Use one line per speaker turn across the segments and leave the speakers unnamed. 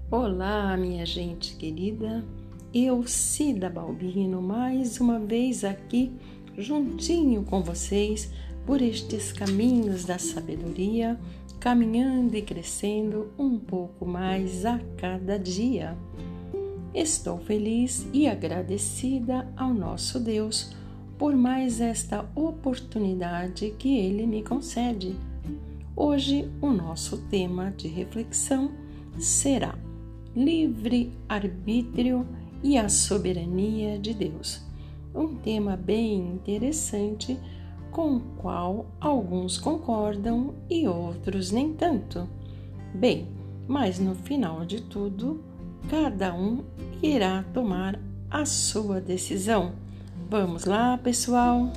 Olá, minha gente querida, eu, Cida Balbino, mais uma vez aqui, juntinho com vocês, por estes caminhos da sabedoria, caminhando e crescendo um pouco mais a cada dia. Estou feliz e agradecida ao nosso Deus por mais esta oportunidade que Ele me concede. Hoje, o nosso tema de reflexão será livre-arbítrio e a soberania de Deus. Um tema bem interessante, com o qual alguns concordam e outros nem tanto. Bem, mas no final de tudo, cada um irá tomar a sua decisão. Vamos lá, pessoal?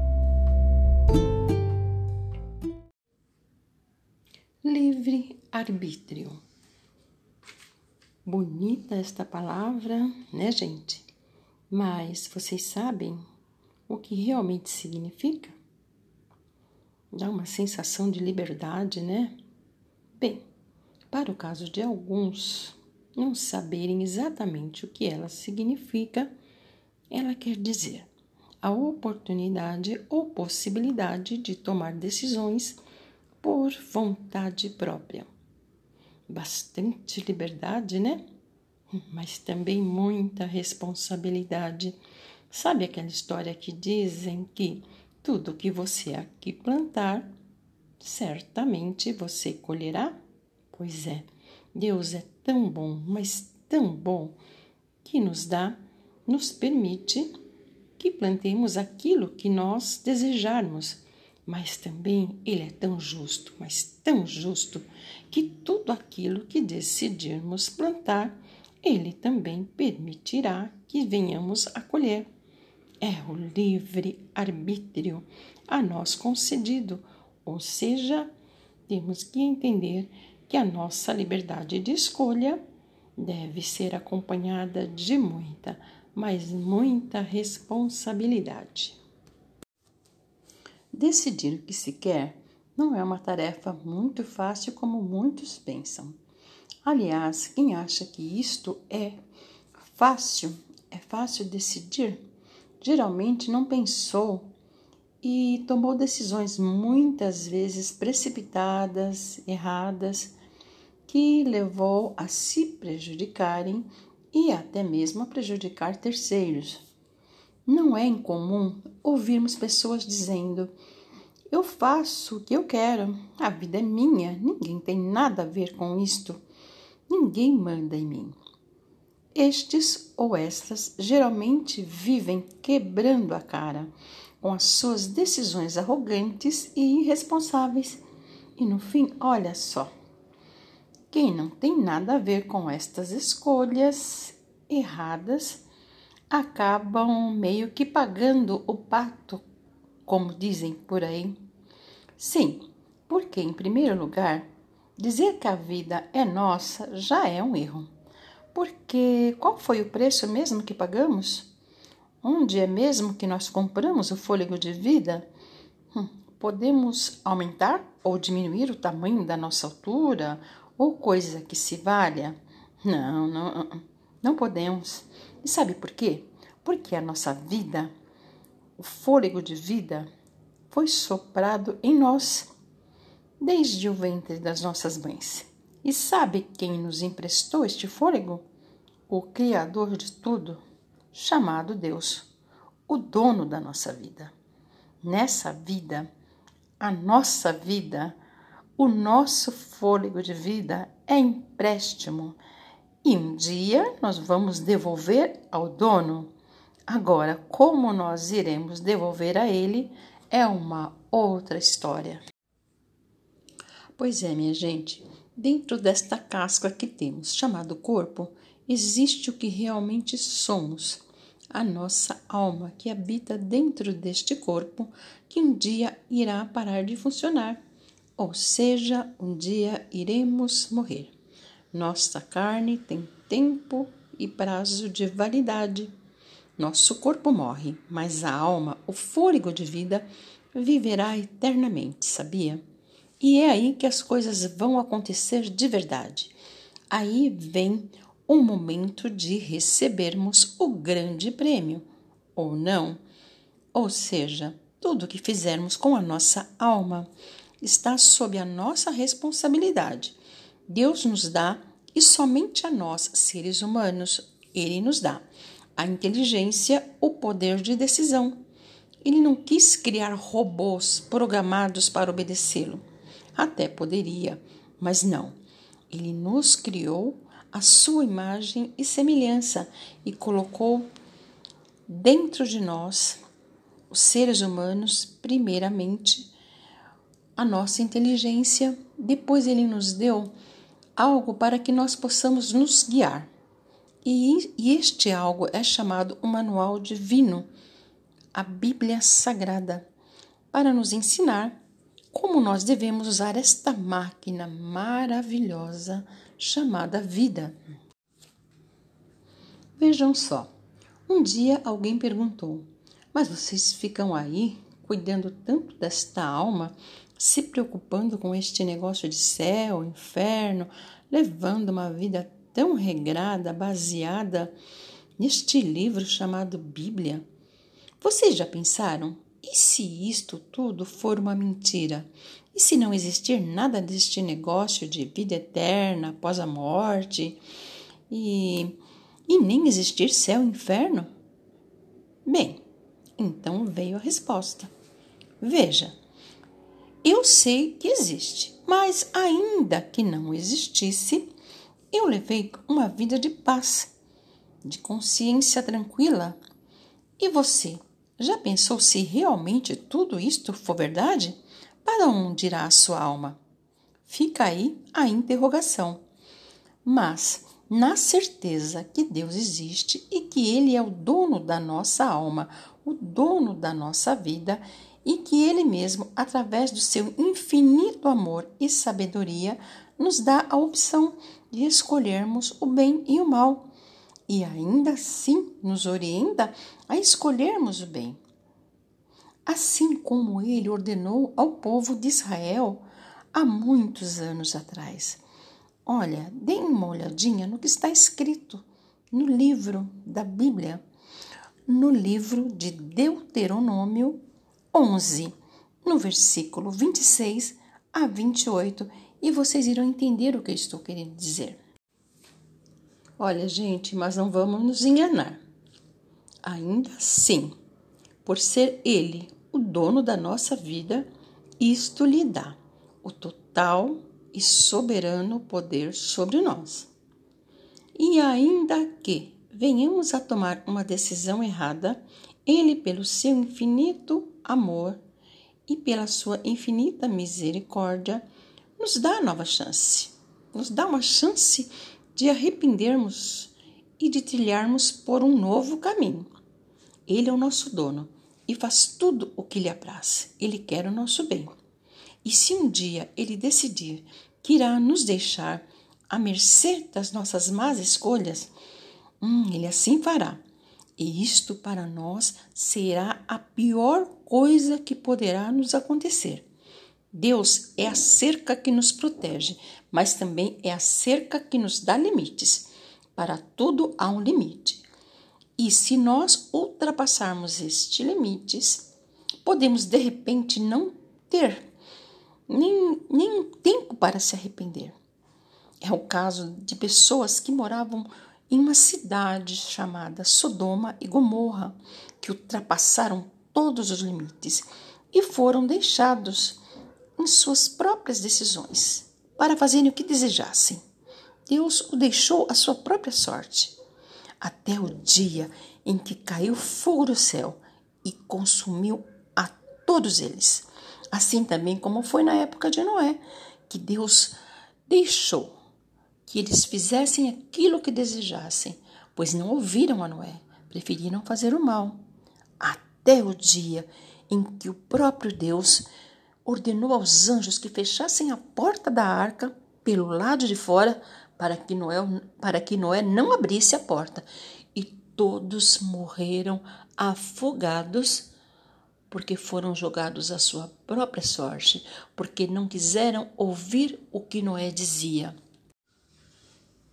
Livre-arbítrio. Bonita esta palavra, né, gente? Mas vocês sabem o que realmente significa? Dá uma sensação de liberdade, né? Bem, para o caso de alguns não saberem exatamente o que ela significa, ela quer dizer a oportunidade ou possibilidade de tomar decisões por vontade própria. Bastante liberdade, né? Mas também muita responsabilidade. Sabe aquela história que dizem que tudo que você aqui plantar, certamente você colherá? Pois é, Deus é tão bom, mas tão bom, que nos permite que plantemos aquilo que nós desejarmos. Mas também Ele é tão justo, mas tão justo, que tudo aquilo que decidirmos plantar, Ele também permitirá que venhamos a colher. É o livre-arbítrio a nós concedido, ou seja, temos que entender que a nossa liberdade de escolha deve ser acompanhada de muita, mas muita responsabilidade. Decidir o que se quer não é uma tarefa muito fácil como muitos pensam. Aliás, quem acha que isto é fácil decidir, geralmente não pensou e tomou decisões muitas vezes precipitadas, erradas, que levou a se prejudicarem e até mesmo a prejudicar terceiros. Não é incomum ouvirmos pessoas dizendo: eu faço o que eu quero, a vida é minha, ninguém tem nada a ver com isto, ninguém manda em mim. Estes ou estas geralmente vivem quebrando a cara com as suas decisões arrogantes e irresponsáveis. E no fim, olha só, quem não tem nada a ver com estas escolhas erradas acabam meio que pagando o pato, como dizem por aí. Sim, porque, em primeiro lugar, dizer que a vida é nossa já é um erro. Porque qual foi o preço mesmo que pagamos? Onde é mesmo que nós compramos o fôlego de vida? Podemos aumentar ou diminuir o tamanho da nossa altura ou coisa que se valha? Não podemos. E sabe por quê? Porque a nossa vida, o fôlego de vida, foi soprado em nós, desde o ventre das nossas mães. E sabe quem nos emprestou este fôlego? O Criador de tudo, chamado Deus, o dono da nossa vida. Nessa vida, a nossa vida, o nosso fôlego de vida é empréstimo. E um dia nós vamos devolver ao dono. Agora, como nós iremos devolver a ele é uma outra história. Pois é, minha gente, dentro desta casca que temos, chamado corpo, existe o que realmente somos, a nossa alma que habita dentro deste corpo, que um dia irá parar de funcionar, ou seja, um dia iremos morrer. Nossa carne tem tempo e prazo de validade. Nosso corpo morre, mas a alma, o fôlego de vida, viverá eternamente, sabia? E é aí que as coisas vão acontecer de verdade. aí vem o momento de recebermos o grande prêmio, ou não. Ou seja, tudo que fizermos com a nossa alma está sob a nossa responsabilidade. Deus nos dá, e somente a nós, seres humanos, Ele nos dá a inteligência, o poder de decisão. Ele não quis criar robôs programados para obedecê-lo. Até poderia, mas não. Ele nos criou à sua imagem e semelhança e colocou dentro de nós, os seres humanos, primeiramente, a nossa inteligência. Depois ele nos deu algo para que nós possamos nos guiar. E este algo é chamado o Manual Divino, a Bíblia Sagrada, para nos ensinar como nós devemos usar esta máquina maravilhosa chamada vida. Vejam só, um dia alguém perguntou: mas vocês ficam aí cuidando tanto desta alma, se preocupando com este negócio de céu, inferno, levando uma vida tão regrada, baseada neste livro chamado Bíblia? Vocês já pensaram? E se isto tudo for uma mentira? E se não existir nada deste negócio de vida eterna após a morte? E nem existir céu e inferno? Bem, então veio a resposta. Veja, eu sei que existe, mas ainda que não existisse, eu levei uma vida de paz, de consciência tranquila. E você, já pensou se realmente tudo isto for verdade? Para onde irá a sua alma? Fica aí a interrogação. Mas, na certeza que Deus existe e que Ele é o dono da nossa alma, o dono da nossa vida, e que Ele mesmo, através do seu infinito amor e sabedoria, nos dá a opção de escolhermos o bem e o mal, e ainda assim nos orienta a escolhermos o bem. Assim como Ele ordenou ao povo de Israel há muitos anos atrás. Olha, deem uma olhadinha no que está escrito no livro da Bíblia, no livro de Deuteronômio 11, no versículo 26 a 28, e vocês irão entender o que eu estou querendo dizer. Olha, gente, mas não vamos nos enganar. Ainda assim, por ser Ele o dono da nossa vida, isto lhe dá o total e soberano poder sobre nós. E ainda que venhamos a tomar uma decisão errada, Ele, pelo seu infinito amor e pela sua infinita misericórdia, nos dá nova chance. Nos dá uma chance de arrependermos e de trilharmos por um novo caminho. Ele é o nosso dono e faz tudo o que lhe apraz. Ele quer o nosso bem. E se um dia ele decidir que irá nos deixar à mercê das nossas más escolhas, ele assim fará. E isto para nós será a pior coisa que poderá nos acontecer. Deus é a cerca que nos protege, mas também é a cerca que nos dá limites. Para tudo há um limite. E se nós ultrapassarmos estes limites, podemos de repente não ter nem tempo para se arrepender. É o caso de pessoas que moravam em uma cidade chamada Sodoma e Gomorra, que ultrapassaram todos os limites e foram deixados em suas próprias decisões para fazerem o que desejassem. Deus o deixou à sua própria sorte, até o dia em que caiu fogo do céu e consumiu a todos eles. Assim também como foi na época de Noé, que Deus deixou que eles fizessem aquilo que desejassem, pois não ouviram a Noé, preferiram fazer o mal. Até o dia em que o próprio Deus ordenou aos anjos que fechassem a porta da arca pelo lado de fora para que Noé não abrisse a porta. E todos morreram afogados porque foram jogados à sua própria sorte, porque não quiseram ouvir o que Noé dizia.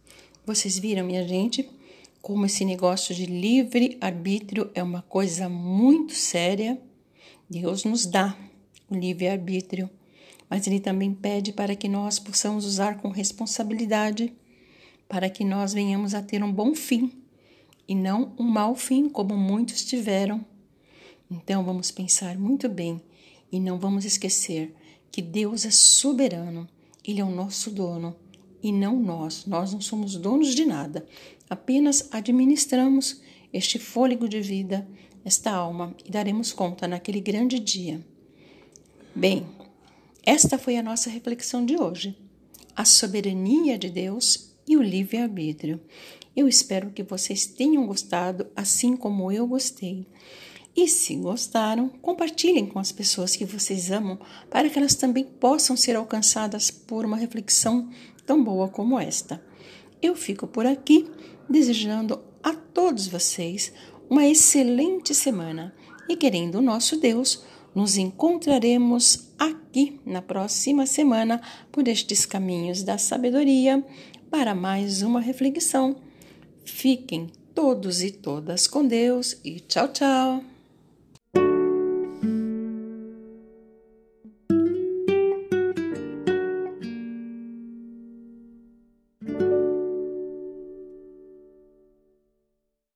Vocês viram, minha gente, como esse negócio de livre-arbítrio é uma coisa muito séria? Deus nos dá o livre-arbítrio, mas Ele também pede para que nós possamos usar com responsabilidade, para que nós venhamos a ter um bom fim e não um mau fim, como muitos tiveram. Então, vamos pensar muito bem e não vamos esquecer que Deus é soberano, Ele é o nosso dono e não nós. Nós não somos donos de nada, apenas administramos este fôlego de vida, esta alma, e daremos conta naquele grande dia. Bem, esta foi a nossa reflexão de hoje. A soberania de Deus e o livre-arbítrio. Eu espero que vocês tenham gostado, assim como eu gostei. E se gostaram, compartilhem com as pessoas que vocês amam, para que elas também possam ser alcançadas por uma reflexão tão boa como esta. Eu fico por aqui, desejando a todos vocês uma excelente semana e, querendo o nosso Deus, nos encontraremos aqui na próxima semana por estes caminhos da sabedoria para mais uma reflexão. Fiquem todos e todas com Deus e tchau, tchau!